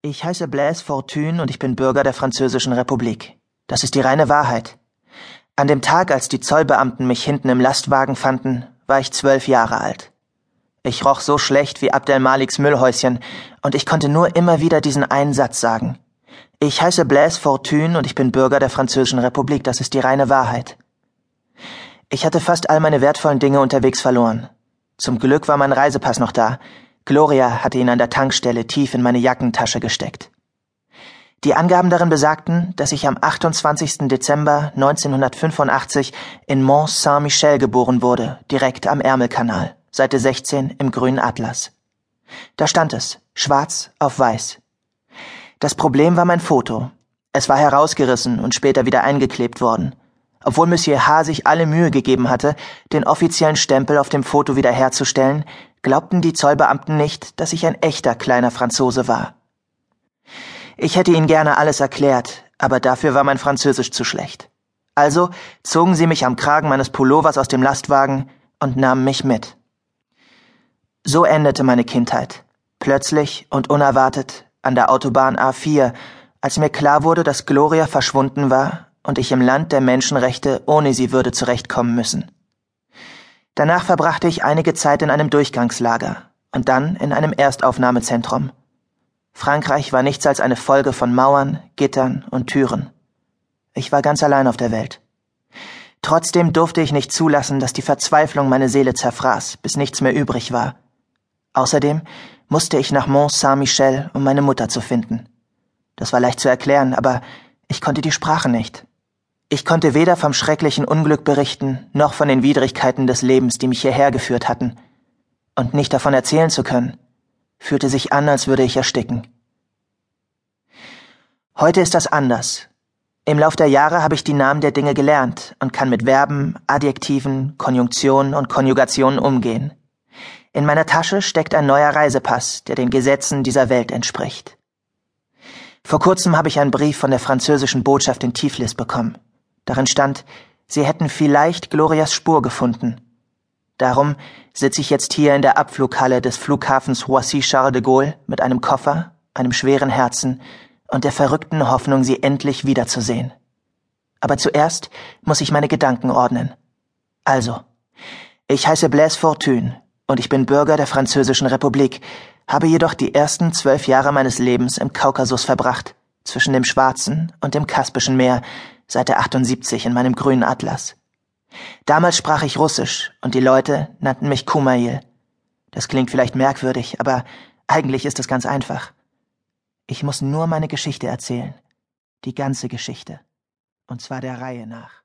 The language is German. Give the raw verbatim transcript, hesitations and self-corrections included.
Ich heiße Blaise Fortuny und ich bin Bürger der Französischen Republik. Das ist die reine Wahrheit. An dem Tag, als die Zollbeamten mich hinten im Lastwagen fanden, war ich zwölf Jahre alt. Ich roch so schlecht wie Abdel Maliks Müllhäuschen und ich konnte nur immer wieder diesen einen Satz sagen. Ich heiße Blaise Fortuny und ich bin Bürger der Französischen Republik. Das ist die reine Wahrheit. Ich hatte fast all meine wertvollen Dinge unterwegs verloren. Zum Glück war mein Reisepass noch da. Gloria hatte ihn an der Tankstelle tief in meine Jackentasche gesteckt. Die Angaben darin besagten, dass ich am achtundzwanzigsten Dezember neunzehnhundertfünfundachtzig in Mont-Saint-Michel geboren wurde, direkt am Ärmelkanal, Seite sechzehn im grünen Atlas. Da stand es, schwarz auf weiß. Das Problem war mein Foto. Es war herausgerissen und später wieder eingeklebt worden. Obwohl Monsieur H. sich alle Mühe gegeben hatte, den offiziellen Stempel auf dem Foto wiederherzustellen, glaubten die Zollbeamten nicht, dass ich ein echter kleiner Franzose war. Ich hätte ihnen gerne alles erklärt, aber dafür war mein Französisch zu schlecht. Also zogen sie mich am Kragen meines Pullovers aus dem Lastwagen und nahmen mich mit. So endete meine Kindheit, plötzlich und unerwartet an der Autobahn A vier, als mir klar wurde, dass Gloria verschwunden war und ich im Land der Menschenrechte ohne sie würde zurechtkommen müssen. Danach verbrachte ich einige Zeit in einem Durchgangslager und dann in einem Erstaufnahmezentrum. Frankreich war nichts als eine Folge von Mauern, Gittern und Türen. Ich war ganz allein auf der Welt. Trotzdem durfte ich nicht zulassen, dass die Verzweiflung meine Seele zerfraß, bis nichts mehr übrig war. Außerdem musste ich nach Mont-Saint-Michel, um meine Mutter zu finden. Das war leicht zu erklären, aber ich konnte die Sprache nicht. Ich konnte weder vom schrecklichen Unglück berichten, noch von den Widrigkeiten des Lebens, die mich hierher geführt hatten. Und nicht davon erzählen zu können, fühlte sich an, als würde ich ersticken. Heute ist das anders. Im Lauf der Jahre habe ich die Namen der Dinge gelernt und kann mit Verben, Adjektiven, Konjunktionen und Konjugationen umgehen. In meiner Tasche steckt ein neuer Reisepass, der den Gesetzen dieser Welt entspricht. Vor kurzem habe ich einen Brief von der französischen Botschaft in Tiflis bekommen. Darin stand, sie hätten vielleicht Glorias Spur gefunden. Darum sitze ich jetzt hier in der Abflughalle des Flughafens Roissy-Charles de Gaulle mit einem Koffer, einem schweren Herzen und der verrückten Hoffnung, sie endlich wiederzusehen. Aber zuerst muss ich meine Gedanken ordnen. Also, ich heiße Blaise Fortuny und ich bin Bürger der Französischen Republik, habe jedoch die ersten zwölf Jahre meines Lebens im Kaukasus verbracht, zwischen dem Schwarzen und dem Kaspischen Meer, Seite achtundsiebzig in meinem grünen Atlas. Damals sprach ich Russisch und die Leute nannten mich Kumail. Das klingt vielleicht merkwürdig, aber eigentlich ist es ganz einfach. Ich muss nur meine Geschichte erzählen. Die ganze Geschichte. Und zwar der Reihe nach.